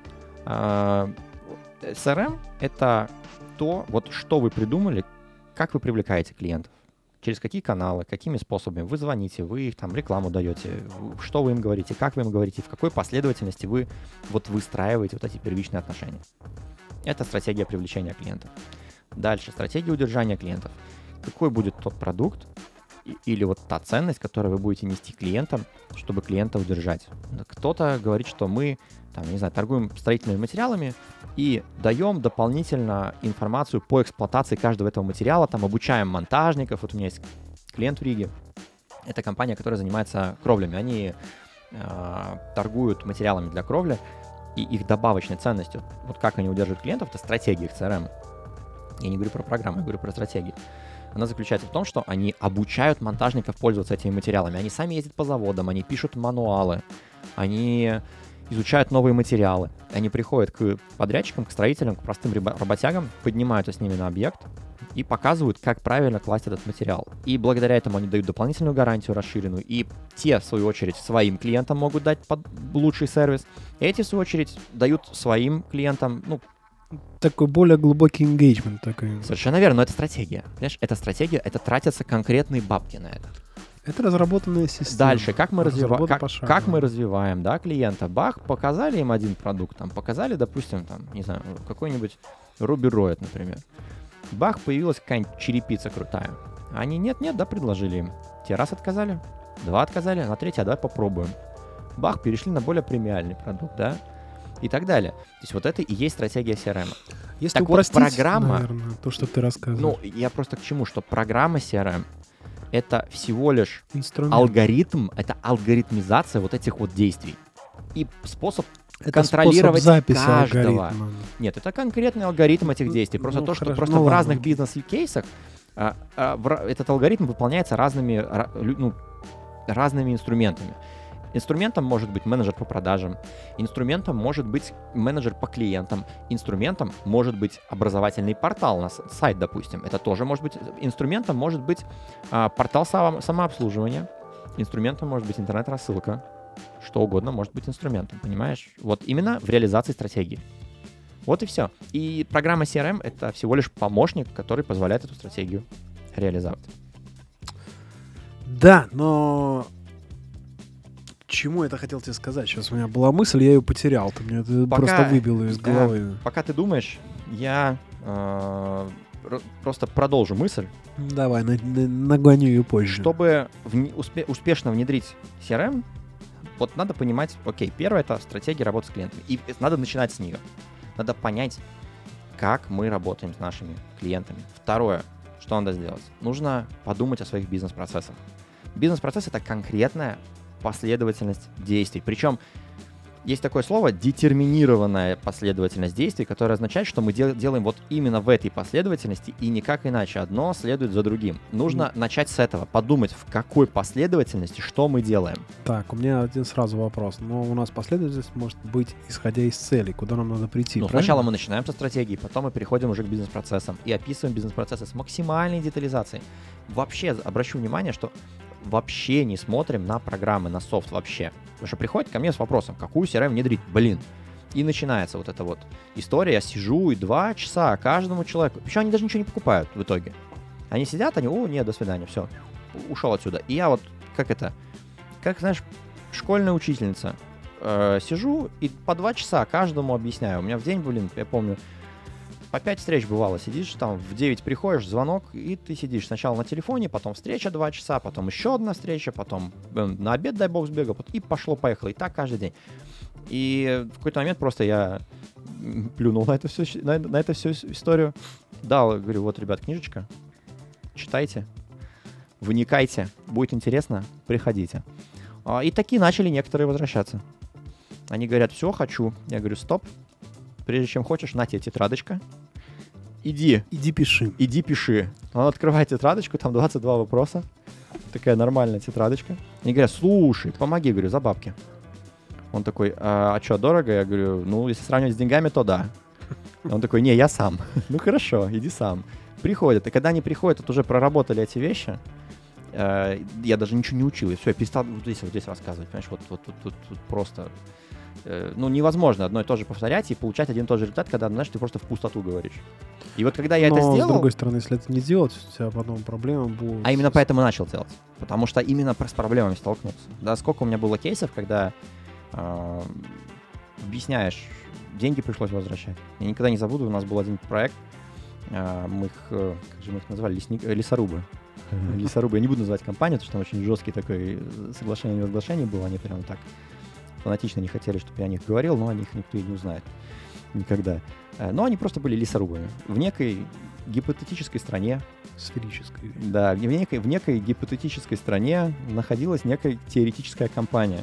[SPEAKER 1] си ар эм — это то, вот что вы придумали, как вы привлекаете клиентов. Через какие каналы, какими способами вы звоните, вы их там рекламу даете, что вы им говорите, как вы им говорите, в какой последовательности вы вот выстраиваете вот эти первичные отношения. Это стратегия привлечения клиентов. Дальше, стратегия удержания клиентов. Какой будет тот продукт или вот та ценность, которую вы будете нести клиентам, чтобы клиента удержать. Кто-то говорит, что мы, там, не знаю, торгуем строительными материалами и даем дополнительно информацию по эксплуатации каждого этого материала, там обучаем монтажников. Вот у меня есть клиент в Риге. Это компания, которая занимается кровлями. Они э, торгуют материалами для кровли, и их добавочной ценностью, вот как они удерживают клиентов, это стратегия их си ар эм. Я не говорю про программу, я говорю про стратегию. Она заключается в том, что они обучают монтажников пользоваться этими материалами. Они сами ездят по заводам, они пишут мануалы, они изучают новые материалы. Они приходят к подрядчикам, к строителям, к простым работягам, поднимаются с ними на объект и показывают, как правильно класть этот материал. И благодаря этому они дают дополнительную гарантию расширенную. И те, в свою очередь, своим клиентам могут дать под лучший сервис. Эти, в свою очередь, дают своим клиентам, ну,
[SPEAKER 2] такой более глубокий engagement. Такой.
[SPEAKER 1] Совершенно верно, но это стратегия. Понимаешь, это стратегия, это тратятся конкретные бабки на это.
[SPEAKER 2] Это разработанная система.
[SPEAKER 1] Дальше, как мы, развива... как, как мы развиваем, да, клиента? Бах, показали им один продукт, там, показали, допустим, там, не знаю, какой-нибудь Ruby Roid, например. Бах, появилась какая-нибудь черепица крутая. Они нет-нет, да, предложили им. Те раз отказали, два отказали, на третий, а давай попробуем. Бах, перешли на более премиальный продукт, да, и так далее. То есть вот это и есть стратегия си ар эм.
[SPEAKER 2] Если
[SPEAKER 1] так
[SPEAKER 2] упростить,
[SPEAKER 1] вот, программа,
[SPEAKER 2] наверное, то, что ты рассказываешь.
[SPEAKER 1] Ну, я просто к чему, что программа си ар эм — это всего лишь
[SPEAKER 2] инструмент.
[SPEAKER 1] Алгоритм, это алгоритмизация вот этих вот действий. И способ
[SPEAKER 2] это
[SPEAKER 1] контролировать
[SPEAKER 2] способ
[SPEAKER 1] каждого.
[SPEAKER 2] Алгоритма.
[SPEAKER 1] Нет, это конкретный алгоритм этих действий. Просто
[SPEAKER 2] ну,
[SPEAKER 1] то, что
[SPEAKER 2] хорошо,
[SPEAKER 1] просто
[SPEAKER 2] ну,
[SPEAKER 1] в
[SPEAKER 2] ладно.
[SPEAKER 1] разных бизнес-кейсах а, а, в, этот алгоритм выполняется разными, ра, ну, разными инструментами. Инструментом может быть менеджер по продажам, инструментом может быть менеджер по клиентам, инструментом может быть образовательный портал, на сайт, допустим. Это тоже может быть инструментом, может быть а, портал само, самообслуживания, инструментом может быть интернет-рассылка, что угодно может быть инструментом, понимаешь? Вот именно в реализации стратегии. Вот и все. И программа си ар эм — это всего лишь помощник, который позволяет эту стратегию реализовать.
[SPEAKER 2] Да, но чему я это хотел тебе сказать? Сейчас у меня была мысль, я ее потерял. Ты мне это
[SPEAKER 1] Пока,
[SPEAKER 2] просто выбил ее из
[SPEAKER 1] да,
[SPEAKER 2] головы.
[SPEAKER 1] Пока ты думаешь, я э, р- просто продолжу мысль.
[SPEAKER 2] Давай, на- на- нагоню ее позже.
[SPEAKER 1] Чтобы вне- успе- успешно внедрить си ар эм, вот надо понимать, окей, первое — это стратегия работы с клиентами. И надо начинать с нее. Надо понять, как мы работаем с нашими клиентами. Второе, что надо сделать? Нужно подумать о своих бизнес-процессах. Бизнес-процесс — это конкретная последовательность действий. Причем есть такое слово — детерминированная последовательность действий, которая означает, что мы дел- делаем вот именно в этой последовательности и никак иначе. Одно следует за другим. Нужно mm. начать с этого, подумать, в какой последовательности что мы делаем.
[SPEAKER 2] Так, у меня один сразу вопрос. Но у нас последовательность может быть, исходя из целей, куда нам надо прийти.
[SPEAKER 1] Ну,
[SPEAKER 2] правильно?
[SPEAKER 1] сначала мы начинаем со стратегии, потом мы переходим уже к бизнес-процессам и описываем бизнес-процессы с максимальной детализацией. Вообще, обращу внимание, что вообще не смотрим на программы, на софт вообще. Потому что приходит ко мне с вопросом, какую си ар эм внедрить? Блин. И начинается вот эта вот история. Я сижу и два часа каждому человеку. Причем они даже ничего не покупают в итоге. Они сидят, они, о, нет, до свидания, все, ушел отсюда. И я вот, как это, как, знаешь, школьная учительница. Э, сижу и по два часа каждому объясняю. У меня в день, блин, я помню, по пять встреч бывало. Сидишь там, в девять приходишь, звонок, и ты сидишь сначала на телефоне, потом встреча два часа, потом еще одна встреча, потом э, на обед, дай бог, сбегал, и пошло-поехало. И так каждый день. И в какой-то момент просто я плюнул на эту всю, на, на эту всю историю. Дал, говорю, вот, ребят, книжечка, читайте, вникайте, будет интересно, приходите. И такие начали некоторые возвращаться. Они говорят, все, хочу. Я говорю, стоп. Прежде чем хочешь, на тебе тетрадочка. Иди.
[SPEAKER 2] Иди пиши.
[SPEAKER 1] Иди пиши. Он открывает тетрадочку, там двадцать два вопроса. Такая нормальная тетрадочка. Они говорят, слушай, помоги, говорю, за бабки. Он такой, а, а что, дорого? Я говорю, ну, если сравнивать с деньгами, то да. Он такой, не, я сам. Ну, хорошо, иди сам. Приходят. И когда они приходят, вот уже проработали эти вещи, э, я даже ничего не учил. И все, я перестал вот здесь, вот здесь рассказывать. Понимаешь, вот, вот, вот, вот, вот просто... Ну, невозможно одно и то же повторять и получать один и тот же результат, когда, знаешь, ты просто в пустоту говоришь. И вот когда я
[SPEAKER 2] Но,
[SPEAKER 1] это сделал...
[SPEAKER 2] с другой стороны, если это не делать, у тебя потом проблемы будут...
[SPEAKER 1] А именно поэтому начал делать. Потому что именно с проблемами столкнулся. Да, сколько у меня было кейсов, когда э, объясняешь, деньги пришлось возвращать. Я никогда не забуду, у нас был один проект, э, мы их, э, как же мы их назвали, Лесник, э, лесорубы. Лесорубы. Я не буду называть компанию, потому что там очень жесткий такой соглашение-невозглашение было, они прям так... фанатично не хотели, чтобы я о них говорил, но о них никто и не узнает никогда. Но они просто были лесорубами. В некой гипотетической стране...
[SPEAKER 2] Сферической.
[SPEAKER 1] Да, в некой, в некой гипотетической стране находилась некая теоретическая компания.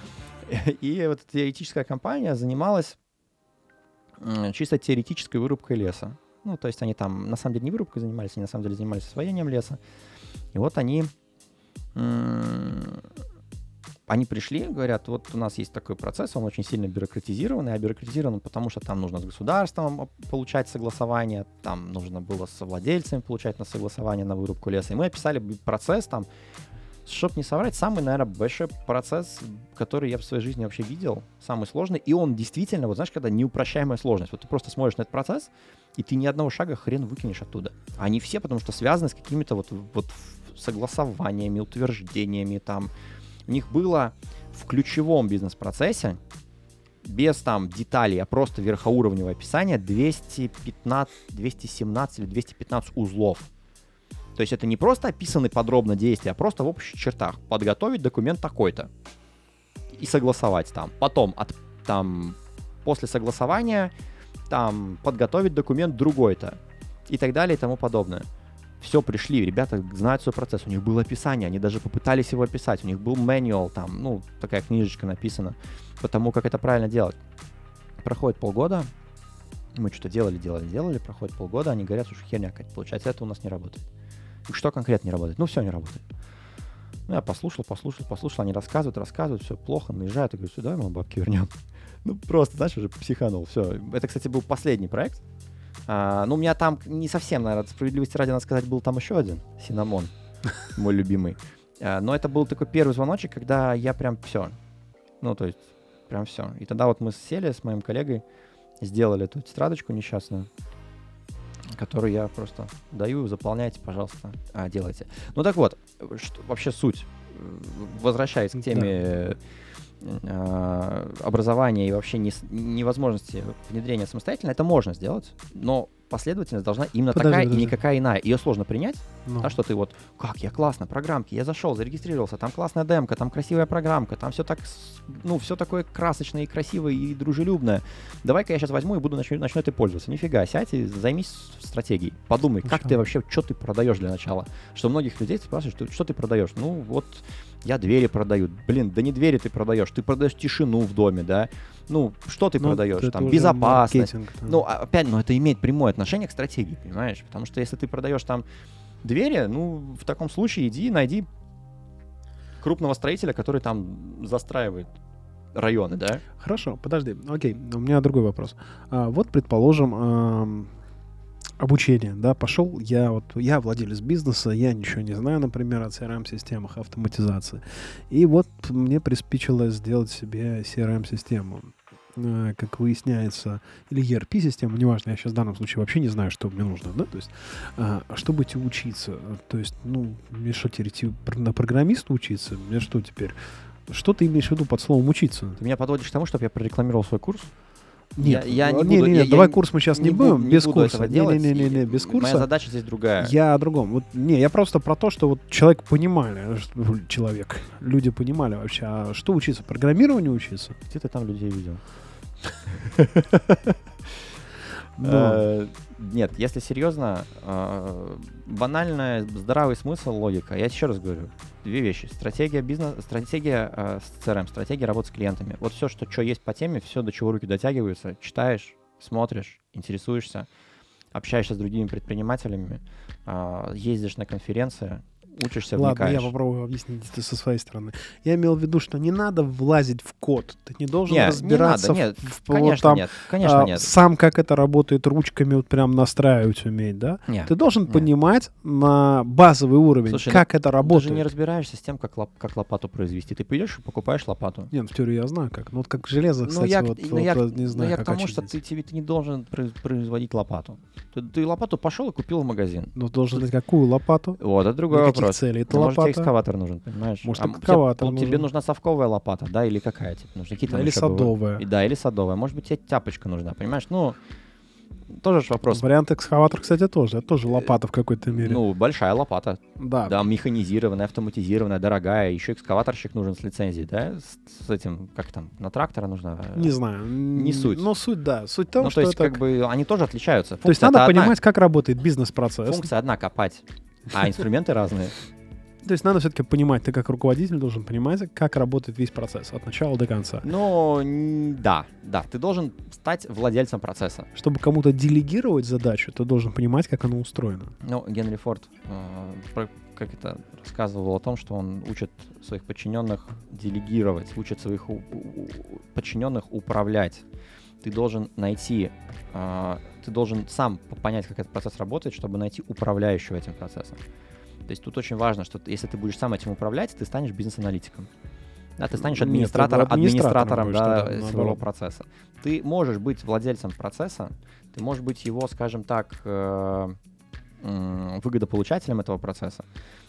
[SPEAKER 1] И вот эта теоретическая компания занималась чисто теоретической вырубкой леса. Ну, то есть они там на самом деле не вырубкой занимались, они на самом деле занимались освоением леса. И вот они... Они пришли, говорят, вот у нас есть такой процесс, он очень сильно бюрократизированный, а бюрократизирован, потому что там нужно с государством получать согласование, там нужно было с владельцами получать на согласование на вырубку леса. И мы описали процесс там, чтобы не соврать, самый, наверное, большой процесс, который я в своей жизни вообще видел, самый сложный, и он действительно, вот знаешь, когда неупрощаемая сложность, вот ты просто смотришь на этот процесс, и ты ни одного шага хрен выкинешь оттуда. Они все, потому что связаны с какими-то вот, вот согласованиями, утверждениями, там. У них было в ключевом бизнес-процессе, без там деталей, а просто верхоуровневое описание, двести пятнадцать, двести семнадцать или двести пятнадцать узлов. То есть это не просто описаны подробно действия, а просто в общих чертах. Подготовить документ такой-то и согласовать там. Потом, от, там, после согласования, там, подготовить документ другой-то и так далее и тому подобное. Все, пришли, ребята знают свой процесс, у них было описание, они даже попытались его описать, у них был manual, там, ну, такая книжечка написана, по тому, как это правильно делать. Проходит полгода, мы что-то делали, делали, делали, проходит полгода, они говорят, слушай, херня какая-то, получается, это у нас не работает. И что конкретно не работает? Ну, все не работает. Ну, я послушал, послушал, послушал, они рассказывают, рассказывают, все плохо, наезжают, я говорю, сюда мы бабки вернем. Ну, просто, знаешь, уже психанул, все. Это, кстати, был последний проект. А, ну, у меня там не совсем, наверное, справедливости ради, надо сказать, был там еще один, Синнамон, мой любимый. А, но это был такой первый звоночек, когда я прям все, ну, то есть, прям все. И тогда вот мы сели с моим коллегой, сделали эту тетрадочку несчастную, которую я просто даю, заполняйте, пожалуйста, а, делайте. Ну так вот, что, вообще суть, возвращаясь к теме э, образования и вообще не, невозможности внедрения самостоятельно, это можно сделать, но последовательность должна именно
[SPEAKER 2] Подожди,
[SPEAKER 1] такая
[SPEAKER 2] подожди.
[SPEAKER 1] и никакая иная. Ее сложно принять,
[SPEAKER 2] Ну.
[SPEAKER 1] а что ты вот, как, я классно, программки, я зашел, зарегистрировался, там классная демка, там красивая программка, там все так, ну, все такое красочное и красивое и дружелюбное. Давай-ка я сейчас возьму и буду начну, начну этой пользоваться. Нифига, сядь и займись стратегией. Подумай,
[SPEAKER 2] Ну
[SPEAKER 1] как
[SPEAKER 2] что?
[SPEAKER 1] ты вообще, что ты продаешь для начала. Что многих людей спрашивают, что, что ты продаешь? Ну, вот я двери продаю. Блин, да не двери ты продаешь, ты продаешь тишину в доме, да? Ну, что ты
[SPEAKER 2] Ну,
[SPEAKER 1] продаешь?
[SPEAKER 2] это
[SPEAKER 1] Там
[SPEAKER 2] уже
[SPEAKER 1] безопасность.
[SPEAKER 2] маркетинг, там.
[SPEAKER 1] Ну, а- опять, ну, это имеет прямое отношение к стратегии, понимаешь? Потому что если ты продаешь там двери, ну, в таком случае иди найди крупного строителя, который там застраивает районы, да?
[SPEAKER 2] Хорошо, подожди. Окей, у меня другой вопрос. А, вот, предположим, ам, обучение, да, пошел, я вот, я владелец бизнеса, я ничего не знаю, например, о си ар эм-системах, автоматизации. И вот мне приспичило сделать себе си ар эм-систему. Э, Как выясняется, или и ар пи-систему, неважно, я сейчас в данном случае вообще не знаю, что мне нужно, да, то есть, а, чтобы идти учиться, то есть, ну, мне что, теперь идти пр- на программиста учиться? Мне что теперь? Что ты имеешь в виду под словом учиться?
[SPEAKER 1] Ты меня подводишь к тому, чтобы я прорекламировал свой курс?
[SPEAKER 2] Нет,
[SPEAKER 1] я, я не
[SPEAKER 2] не,
[SPEAKER 1] буду,
[SPEAKER 2] не, не,
[SPEAKER 1] я- я
[SPEAKER 2] давай
[SPEAKER 1] не-
[SPEAKER 2] курс мы сейчас не,
[SPEAKER 1] не
[SPEAKER 2] будем,
[SPEAKER 1] бу- не
[SPEAKER 2] без
[SPEAKER 1] буду
[SPEAKER 2] курса.
[SPEAKER 1] этого делать.
[SPEAKER 2] Не, не, не, не,
[SPEAKER 1] И
[SPEAKER 2] без
[SPEAKER 1] Моя
[SPEAKER 2] курса.
[SPEAKER 1] задача здесь другая.
[SPEAKER 2] Я о другом. Вот, не, я просто про то, что вот человек понимали, что- человек, люди понимали вообще, а что учиться, программированию учиться?
[SPEAKER 1] Где ты там людей видел?
[SPEAKER 2] Но,
[SPEAKER 1] Э, Нет, если серьезно, э, банальная, здравый смысл, логика. Я еще раз говорю, две вещи. Стратегия бизнеса, стратегия э, с си ар эм, стратегия работы с клиентами. Вот все, что, что есть по теме, все, до чего руки дотягиваются, читаешь, смотришь, интересуешься, общаешься с другими предпринимателями, э, ездишь на конференции, учишься,
[SPEAKER 2] ладно,
[SPEAKER 1] вникаешь.
[SPEAKER 2] я попробую объяснить это со своей стороны. Я имел в виду, что не надо влазить в код. Ты не должен
[SPEAKER 1] Не,
[SPEAKER 2] разбираться
[SPEAKER 1] не надо, нет,
[SPEAKER 2] в, в-
[SPEAKER 1] конечно
[SPEAKER 2] вот там,
[SPEAKER 1] нет, конечно
[SPEAKER 2] а,
[SPEAKER 1] нет.
[SPEAKER 2] сам, как это работает ручками, вот прям настраивать уметь, да?
[SPEAKER 1] Нет.
[SPEAKER 2] Ты должен
[SPEAKER 1] нет.
[SPEAKER 2] понимать на базовый уровень,
[SPEAKER 1] Слушай,
[SPEAKER 2] как это
[SPEAKER 1] Ты же
[SPEAKER 2] работает.
[SPEAKER 1] не разбираешься с тем, как, лоп- как лопату произвести. Ты пойдешь и покупаешь лопату.
[SPEAKER 2] Нет, в теории я знаю как. Ну вот как железо, кстати,
[SPEAKER 1] ну, я, к-
[SPEAKER 2] вот,
[SPEAKER 1] ну,
[SPEAKER 2] вот,
[SPEAKER 1] я, к-
[SPEAKER 2] вот не
[SPEAKER 1] ну,
[SPEAKER 2] знаю,
[SPEAKER 1] я
[SPEAKER 2] как
[SPEAKER 1] к тому, что
[SPEAKER 2] очистить.
[SPEAKER 1] ты, тебе, ты не должен произ- производить лопату. Ты, ты лопату пошел и купил в магазин.
[SPEAKER 2] Ну, должен знать, какую лопату.
[SPEAKER 1] Вот, это другой
[SPEAKER 2] Для каких
[SPEAKER 1] вопрос.
[SPEAKER 2] целей эта
[SPEAKER 1] Ну, может, тебе
[SPEAKER 2] лопата?
[SPEAKER 1] экскаватор нужен, понимаешь?
[SPEAKER 2] Может,
[SPEAKER 1] А м-
[SPEAKER 2] экскаватор
[SPEAKER 1] тебе, тебе
[SPEAKER 2] нужен.
[SPEAKER 1] нужна совковая лопата, да, или какая тебе нужна? Какие там
[SPEAKER 2] Или
[SPEAKER 1] еще бывают?
[SPEAKER 2] садовая.
[SPEAKER 1] И да, или садовая. Может быть, тебе тяпочка нужна, понимаешь? Ну, тоже ж вопрос.
[SPEAKER 2] Вариант экскаватор, кстати, тоже. Это тоже лопата в какой-то мере.
[SPEAKER 1] Ну, большая лопата.
[SPEAKER 2] да.
[SPEAKER 1] Да, механизированная, автоматизированная, дорогая. Еще экскаваторщик нужен с лицензией, да? С, с этим, как там, на трактора нужна?
[SPEAKER 2] Не знаю.
[SPEAKER 1] Не суть.
[SPEAKER 2] Но суть, да. Суть в том,
[SPEAKER 1] Ну,
[SPEAKER 2] что
[SPEAKER 1] то есть,
[SPEAKER 2] это...
[SPEAKER 1] как бы, они тоже отличаются.
[SPEAKER 2] То есть
[SPEAKER 1] Функция-то
[SPEAKER 2] надо
[SPEAKER 1] одна.
[SPEAKER 2] понимать, как работает бизнес-процесс.
[SPEAKER 1] Функция одна — копать, а инструменты разные.
[SPEAKER 2] То есть надо все-таки понимать, ты как руководитель должен понимать, как работает весь процесс от начала до конца.
[SPEAKER 1] Ну, н- да, да, ты должен стать владельцем процесса.
[SPEAKER 2] Чтобы кому-то делегировать задачу, ты должен понимать, как оно устроено.
[SPEAKER 1] Ну, Генри Форд, э, про- как это, рассказывал о том, что он учит своих подчиненных делегировать, учит своих у- у- подчиненных управлять. Ты должен найти, э, ты должен сам п- понять, как этот процесс работает, чтобы найти управляющего этим процессом. То есть тут очень важно, что ты- если ты будешь сам этим управлять, ты станешь бизнес-аналитиком. Да, ты станешь
[SPEAKER 2] Нет,
[SPEAKER 1] администратором,
[SPEAKER 2] ты администратором
[SPEAKER 1] администратором
[SPEAKER 2] будешь
[SPEAKER 1] да,
[SPEAKER 2] тогда,
[SPEAKER 1] своего
[SPEAKER 2] наоборот.
[SPEAKER 1] процесса. Ты можешь быть владельцем процесса, ты можешь быть его, скажем так, э, м, выгодополучателем этого процесса,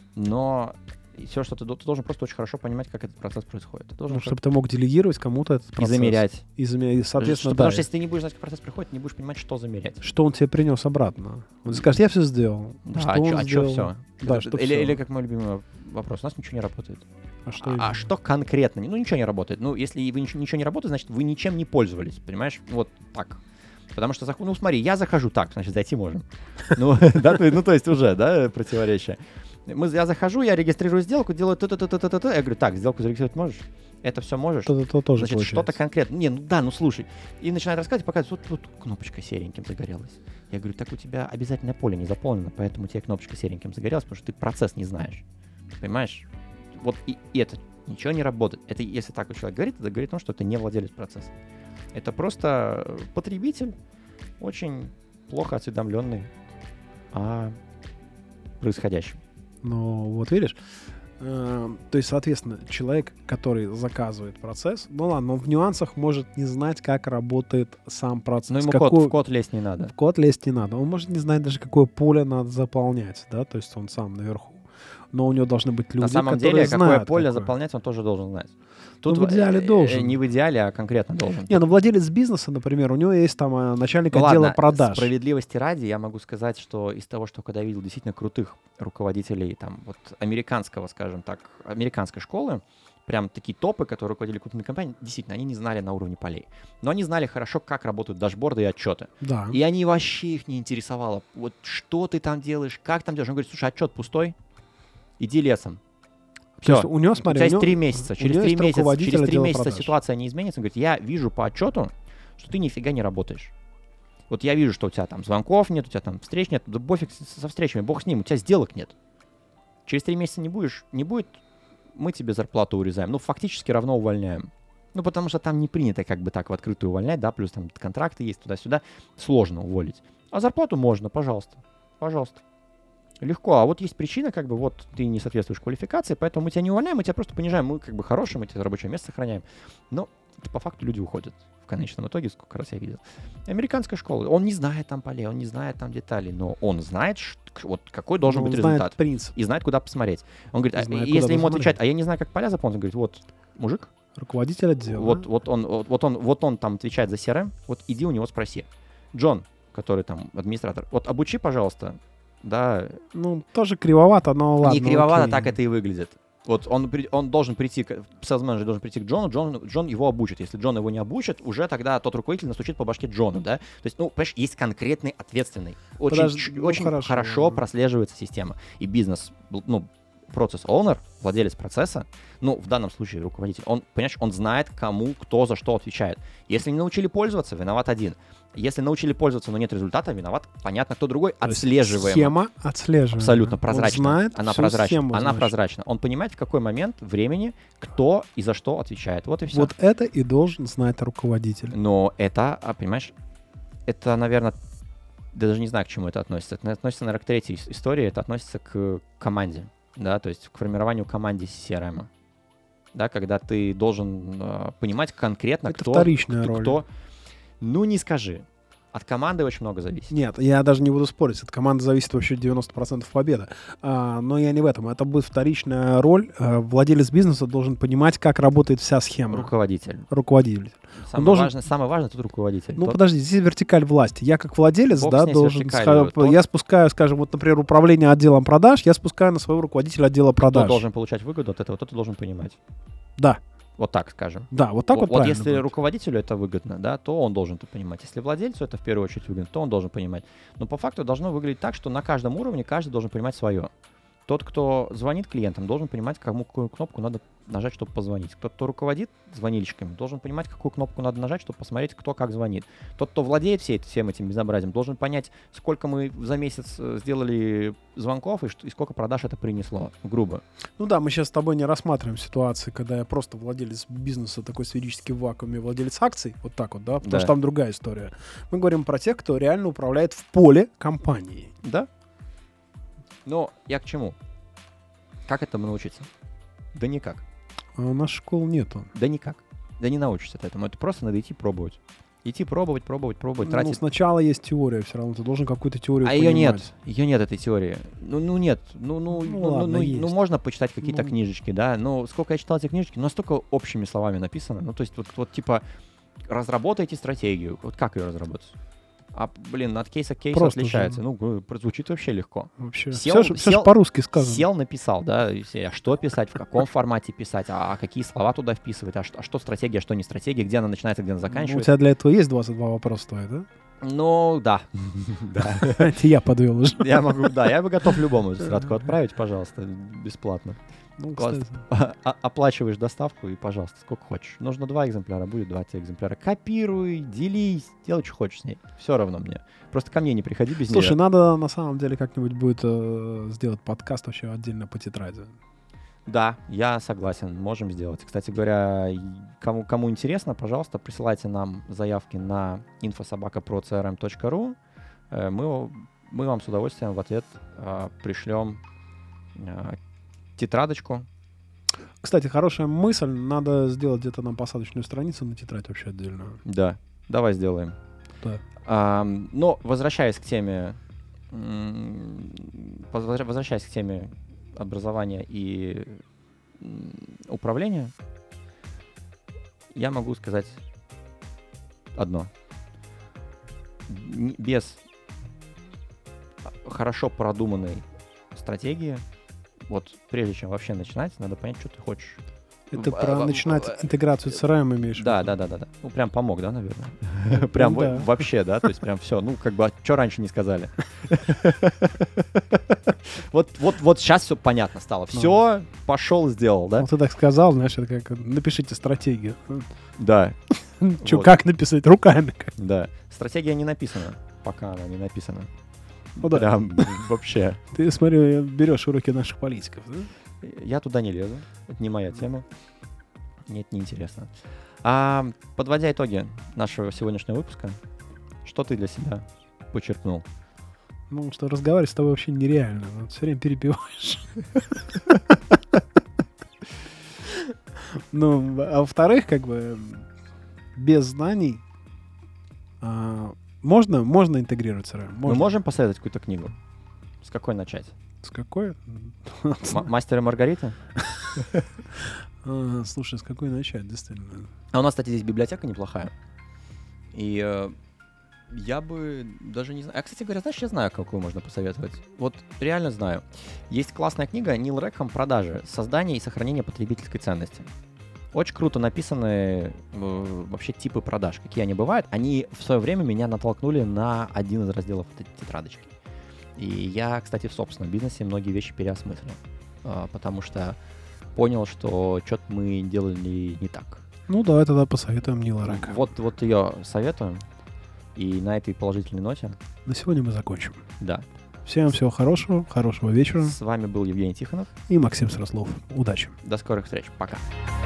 [SPEAKER 1] но все, что ты, до- ты должен просто очень хорошо понимать, как этот процесс происходит. Ты должен
[SPEAKER 2] Ну, чтобы ты мог делегировать кому-то этот
[SPEAKER 1] и
[SPEAKER 2] процесс.
[SPEAKER 1] замерять.
[SPEAKER 2] И замерять. И, соответственно,
[SPEAKER 1] Потому
[SPEAKER 2] да.
[SPEAKER 1] что если ты не будешь знать, как процесс происходит, не будешь понимать, что замерять.
[SPEAKER 2] Что он тебе принес обратно? Он скажет, я все сделал.
[SPEAKER 1] Да,
[SPEAKER 2] что
[SPEAKER 1] а
[SPEAKER 2] он
[SPEAKER 1] чё- а что
[SPEAKER 2] сделал?
[SPEAKER 1] все?
[SPEAKER 2] Да, что
[SPEAKER 1] или,
[SPEAKER 2] всё.
[SPEAKER 1] или как мой любимый вопрос, у нас ничего не работает.
[SPEAKER 2] А что,
[SPEAKER 1] А, а
[SPEAKER 2] именно?
[SPEAKER 1] что конкретно? Ну, ничего не работает. Ну, если вы ничего, ничего не работает, значит, вы ничем не пользовались, понимаешь? Вот так. Потому что, зах- ну, смотри, я захожу так, значит, зайти можем. Ну, да, то- ну, то есть уже, да, противоречие. Мы, я захожу, я регистрирую сделку, делаю то-то-то-то-то. Я говорю, так, сделку зарегистрировать можешь? Это все можешь?
[SPEAKER 2] То-то тоже
[SPEAKER 1] Значит,
[SPEAKER 2] получается.
[SPEAKER 1] что-то конкретно. Не, ну да, ну слушай. И начинает рассказывать, показывает, вот тут кнопочка сереньким загорелась. Я говорю, так у тебя обязательное поле не заполнено, поэтому тебе кнопочка сереньким загорелась, потому что ты процесс не знаешь. Понимаешь? Вот и, и это ничего не работает. Это если так человек говорит, это говорит о том, что это не владелец процесса. Это просто потребитель, очень плохо осведомленный о происходящем.
[SPEAKER 2] Ну, вот видишь, Э, то есть, соответственно, человек, который заказывает процесс, ну ладно, он в нюансах может не знать, как работает сам процесс.
[SPEAKER 1] Но ему
[SPEAKER 2] какой...
[SPEAKER 1] код, в код лезть не надо.
[SPEAKER 2] В код лезть не надо. Он может не знать даже, какое поле надо заполнять, да, то есть он сам наверху. Но у него должны быть люди,
[SPEAKER 1] На самом
[SPEAKER 2] которые
[SPEAKER 1] деле,
[SPEAKER 2] знают,
[SPEAKER 1] какое поле
[SPEAKER 2] какое.
[SPEAKER 1] заполнять, он тоже должен знать.
[SPEAKER 2] Ну,
[SPEAKER 1] Тут
[SPEAKER 2] в идеале
[SPEAKER 1] э,
[SPEAKER 2] должен.
[SPEAKER 1] Не в идеале, а конкретно должен.
[SPEAKER 2] Не, ну владелец бизнеса, например, у него есть там э, начальник
[SPEAKER 1] Ну
[SPEAKER 2] отдела
[SPEAKER 1] ладно,
[SPEAKER 2] продаж.
[SPEAKER 1] справедливости ради, я могу сказать, что из того, что когда я видел действительно крутых руководителей там вот американского, скажем так, американской школы, прям такие топы, которые руководили крупными компаниями, действительно, они не знали на уровне полей. Но они знали хорошо, как работают дашборды и отчеты.
[SPEAKER 2] Да.
[SPEAKER 1] И они вообще их не интересовало. Вот что ты там делаешь, как там делаешь. Он говорит, слушай, отчет пустой, иди лесом. Все,
[SPEAKER 2] у него, смотри,
[SPEAKER 1] у тебя есть
[SPEAKER 2] него,
[SPEAKER 1] три месяца. Через три месяца, через три месяца ситуация не изменится. Он говорит, я вижу по отчету, что ты нифига не работаешь. Вот я вижу, что у тебя там звонков нет, у тебя там встреч нет, да пофиг со встречами, бог с ним, у тебя сделок нет. Через три месяца не будешь, не будет, мы тебе зарплату урезаем. Ну, фактически равно увольняем. Ну, потому что там не принято как бы так в открытую увольнять, да, плюс там контракты есть туда-сюда, сложно уволить. А зарплату можно, пожалуйста, пожалуйста. Легко, а вот есть причина, как бы, вот ты не соответствуешь квалификации, поэтому мы тебя не увольняем, мы тебя просто понижаем, мы как бы хорошие, мы тебе рабочее место сохраняем. Но по факту люди уходят в конечном итоге, сколько раз я видел. Американская школа, он не знает там полей, он не знает там деталей, но он знает, что, вот какой должен
[SPEAKER 2] он
[SPEAKER 1] быть
[SPEAKER 2] знает
[SPEAKER 1] результат.
[SPEAKER 2] Принцип.
[SPEAKER 1] И знает, куда посмотреть. Он говорит, а,
[SPEAKER 2] Знает,
[SPEAKER 1] если ему
[SPEAKER 2] посмотреть.
[SPEAKER 1] отвечать, а я не знаю, как поля заполнить, он говорит, вот, мужик,
[SPEAKER 2] Руководитель отдела.
[SPEAKER 1] вот, вот, он, вот, вот, он, вот он там отвечает за си эр эм, вот иди у него спроси. Джон, который там администратор, вот обучи, пожалуйста, да.
[SPEAKER 2] Ну, тоже кривовато, но ладно.
[SPEAKER 1] Не кривовато,
[SPEAKER 2] окей.
[SPEAKER 1] так это и выглядит. Вот он, он должен прийти, селс-менеджер должен прийти к Джону, Джон, Джон его обучит. Если Джон его не обучит, уже тогда тот руководитель настучит по башке Джону, да? То есть, ну, понимаешь, есть конкретный ответственный. Очень,
[SPEAKER 2] Подожди, ну,
[SPEAKER 1] очень
[SPEAKER 2] хорошо,
[SPEAKER 1] хорошо
[SPEAKER 2] ладно.
[SPEAKER 1] прослеживается система. И бизнес, ну, процесс-оунер, владелец процесса, ну, в данном случае руководитель, он, понимаешь, он знает, кому, кто за что отвечает. Если не научили пользоваться, виноват один. Если научили пользоваться, но нет результата, виноват, понятно, кто другой,
[SPEAKER 2] То есть
[SPEAKER 1] отслеживаем.
[SPEAKER 2] Схема отслеживаема.
[SPEAKER 1] Абсолютно прозрачна.
[SPEAKER 2] Он знает
[SPEAKER 1] Она
[SPEAKER 2] всю
[SPEAKER 1] прозрачна.
[SPEAKER 2] схему,
[SPEAKER 1] Она
[SPEAKER 2] значит.
[SPEAKER 1] прозрачна. Он понимает, в какой момент времени кто и за что отвечает. Вот и все.
[SPEAKER 2] Вот это и должен знать руководитель.
[SPEAKER 1] Но это, а, понимаешь, это, наверное, даже не знаю, к чему это относится. Это относится, наверное, к третьей истории. Это относится к команде, да, то есть к формированию команды си ар эм. Да, когда ты должен э, понимать конкретно,
[SPEAKER 2] Это
[SPEAKER 1] кто,
[SPEAKER 2] вторичная
[SPEAKER 1] кто,
[SPEAKER 2] роль.
[SPEAKER 1] кто. Ну, не скажи. От команды очень много зависит.
[SPEAKER 2] Нет, я даже не буду спорить. От команды зависит вообще девяносто процентов победа. А, но я не в этом. Это будет вторичная роль. А, владелец бизнеса должен понимать, как работает вся схема.
[SPEAKER 1] Руководитель.
[SPEAKER 2] Руководитель.
[SPEAKER 1] Самое,
[SPEAKER 2] должен-
[SPEAKER 1] важное, самое важное тут руководитель.
[SPEAKER 2] Ну,
[SPEAKER 1] Тот-
[SPEAKER 2] подожди, здесь вертикаль власти. Я как владелец,
[SPEAKER 1] Бог
[SPEAKER 2] да,
[SPEAKER 1] с ней, с
[SPEAKER 2] должен...
[SPEAKER 1] вертикалью.
[SPEAKER 2] ска-
[SPEAKER 1] Тот-
[SPEAKER 2] Я спускаю, скажем, вот, например, управление отделом продаж, я спускаю на своего руководителя отдела
[SPEAKER 1] Кто
[SPEAKER 2] продаж.
[SPEAKER 1] должен получать выгоду от этого, тот и должен понимать.
[SPEAKER 2] Да,
[SPEAKER 1] Вот так скажем.
[SPEAKER 2] да, вот так
[SPEAKER 1] О-
[SPEAKER 2] вот,
[SPEAKER 1] вот
[SPEAKER 2] правильно
[SPEAKER 1] если
[SPEAKER 2] будет.
[SPEAKER 1] руководителю это выгодно, да, то он должен это понимать. Если владельцу это в первую очередь выгодно, то он должен понимать. Но по факту должно выглядеть так, что на каждом уровне каждый должен понимать свое. Тот, кто звонит клиентам, должен понимать, кому какую кнопку надо нажать, чтобы позвонить. Тот, кто руководит звонильщиками, должен понимать, какую кнопку надо нажать, чтобы посмотреть, кто как звонит. Тот, кто владеет всей, всем этим безобразием, должен понять, сколько мы за месяц э, сделали звонков и, что, и сколько продаж это принесло, грубо.
[SPEAKER 2] Ну да, мы сейчас с тобой не рассматриваем ситуации, когда я просто владелец бизнеса, такой сферический в вакууме, владелец акций, вот так вот, да, потому
[SPEAKER 1] Да.
[SPEAKER 2] что там другая история. Мы говорим про тех, кто реально управляет в поле компании.
[SPEAKER 1] Да. Но я к чему? Как этому научиться? Да никак.
[SPEAKER 2] А у нас школ нету.
[SPEAKER 1] Да никак. Да не научишься этому. Это просто надо идти пробовать. Идти пробовать, пробовать, пробовать,
[SPEAKER 2] Ну,
[SPEAKER 1] тратить.
[SPEAKER 2] сначала есть теория, все равно ты должен какую-то теорию
[SPEAKER 1] А ее
[SPEAKER 2] понимать.
[SPEAKER 1] нет. Ее нет, этой теории. Ну, ну нет. Ну, ну,
[SPEAKER 2] Ну,
[SPEAKER 1] ну,
[SPEAKER 2] ладно,
[SPEAKER 1] ну,
[SPEAKER 2] есть.
[SPEAKER 1] ну, можно почитать какие-то
[SPEAKER 2] Ну.
[SPEAKER 1] книжечки, да. Но сколько я читал эти книжечки, настолько общими словами написано. Ну, то есть, вот, вот типа, разработайте стратегию. Вот как ее разработать? А, блин, от кейса к кейсу
[SPEAKER 2] Просто
[SPEAKER 1] отличается.
[SPEAKER 2] же.
[SPEAKER 1] Ну, звучит вообще легко.
[SPEAKER 2] Вообще.
[SPEAKER 1] Сел-
[SPEAKER 2] все, же, всё
[SPEAKER 1] сел-
[SPEAKER 2] же по-русски сказано.
[SPEAKER 1] Сел, написал, да, и все, а что писать, в каком формате писать, а, а какие слова туда вписывать, а что, а что стратегия, а что не стратегия, где она начинается, где она
[SPEAKER 2] Ну, у
[SPEAKER 1] заканчивается.
[SPEAKER 2] тебя для этого есть двадцать два вопроса твои, да?
[SPEAKER 1] Ну, да. Да.
[SPEAKER 2] Это я подвел уже.
[SPEAKER 1] Я могу, да, я бы готов любому тетрадку отправить, пожалуйста, бесплатно.
[SPEAKER 2] Ну,
[SPEAKER 1] Классно.
[SPEAKER 2] кстати.
[SPEAKER 1] А- Оплачиваешь доставку и, пожалуйста, сколько хочешь. Нужно два экземпляра, будет два тебе экземпляра. Копируй, делись, делай, что хочешь с ней. Все равно мне. Просто ко мне не приходи без
[SPEAKER 2] Слушай,
[SPEAKER 1] нее.
[SPEAKER 2] надо на самом деле как-нибудь будет э, сделать подкаст вообще отдельно по тетради.
[SPEAKER 1] Да, я согласен, можем сделать. Кстати говоря, и кому, кому интересно, пожалуйста, присылайте нам заявки на инфо собака про си эр эм точка ру. Э, Мы, мы вам с удовольствием в ответ э, пришлем э, тетрадочку.
[SPEAKER 2] Кстати, хорошая мысль. Надо сделать где-то нам посадочную страницу на тетрадь вообще отдельную.
[SPEAKER 1] Да, давай сделаем.
[SPEAKER 2] Да.
[SPEAKER 1] А, но возвращаясь к теме, м, возвра- возвращаясь к теме образования и м, управления, я могу сказать одно. Н- Без хорошо продуманной стратегии, вот прежде чем вообще начинать, надо понять, что ты хочешь.
[SPEAKER 2] Это
[SPEAKER 1] В-
[SPEAKER 2] про
[SPEAKER 1] в-
[SPEAKER 2] начинать
[SPEAKER 1] в-
[SPEAKER 2] интеграцию с си эр эм имеешь в
[SPEAKER 1] Да,
[SPEAKER 2] виду?
[SPEAKER 1] да, да, да, да. Ну, прям помог, да, наверное?
[SPEAKER 2] Ну,
[SPEAKER 1] Прям во-
[SPEAKER 2] да.
[SPEAKER 1] вообще, да? То есть прям все. Ну, как бы, а что раньше не сказали? Вот, вот, вот сейчас все понятно стало. Все, пошел, сделал, да?
[SPEAKER 2] Ну, ты так сказал, знаешь, это как напишите стратегию.
[SPEAKER 1] Да,
[SPEAKER 2] Че,
[SPEAKER 1] Вот.
[SPEAKER 2] как написать? Руками. как?
[SPEAKER 1] да. Стратегия не написана, пока она не написана.
[SPEAKER 2] Ну да.
[SPEAKER 1] Прям вообще.
[SPEAKER 2] Ты, смотрю, берешь уроки наших политиков, да?
[SPEAKER 1] Я туда не лезу. Это не моя тема. Мне это неинтересно. А подводя итоги нашего сегодняшнего выпуска, что ты для себя почерпнул?
[SPEAKER 2] Ну, что разговаривать с тобой вообще нереально. Вот все время перебиваешь. Ну, а во-вторых, как бы, без знаний а, можно, можно интегрировать си эр эм.
[SPEAKER 1] Мы
[SPEAKER 2] Можно.
[SPEAKER 1] можем посоветовать какую-то книгу? С какой начать?
[SPEAKER 2] С какой?
[SPEAKER 1] М- Мастер и Маргарита?
[SPEAKER 2] А, Слушай, с какой начать, действительно?
[SPEAKER 1] А у нас, кстати, здесь библиотека неплохая. И э, я бы даже не знаю. А, кстати говоря, знаешь, я знаю, какую можно посоветовать. Вот реально знаю. Есть классная книга Нил Рэкхам «Продажи. Создание и сохранение потребительской ценности». Очень круто написаны э, вообще типы продаж, какие они бывают. Они в свое время меня натолкнули на один из разделов этой тетрадочки. И я, кстати, в собственном бизнесе многие вещи переосмыслил. э, потому что понял, что что-то мы делали не так.
[SPEAKER 2] Ну, давай тогда посоветуем Нила Рэкхама.
[SPEAKER 1] Вот, вот ее советую. И на этой положительной ноте,
[SPEAKER 2] На сегодня мы закончим.
[SPEAKER 1] да.
[SPEAKER 2] Всем всего хорошего, хорошего вечера.
[SPEAKER 1] С вами был Евгений Тихонов.
[SPEAKER 2] И Максим Срослов. Удачи.
[SPEAKER 1] До скорых встреч. Пока.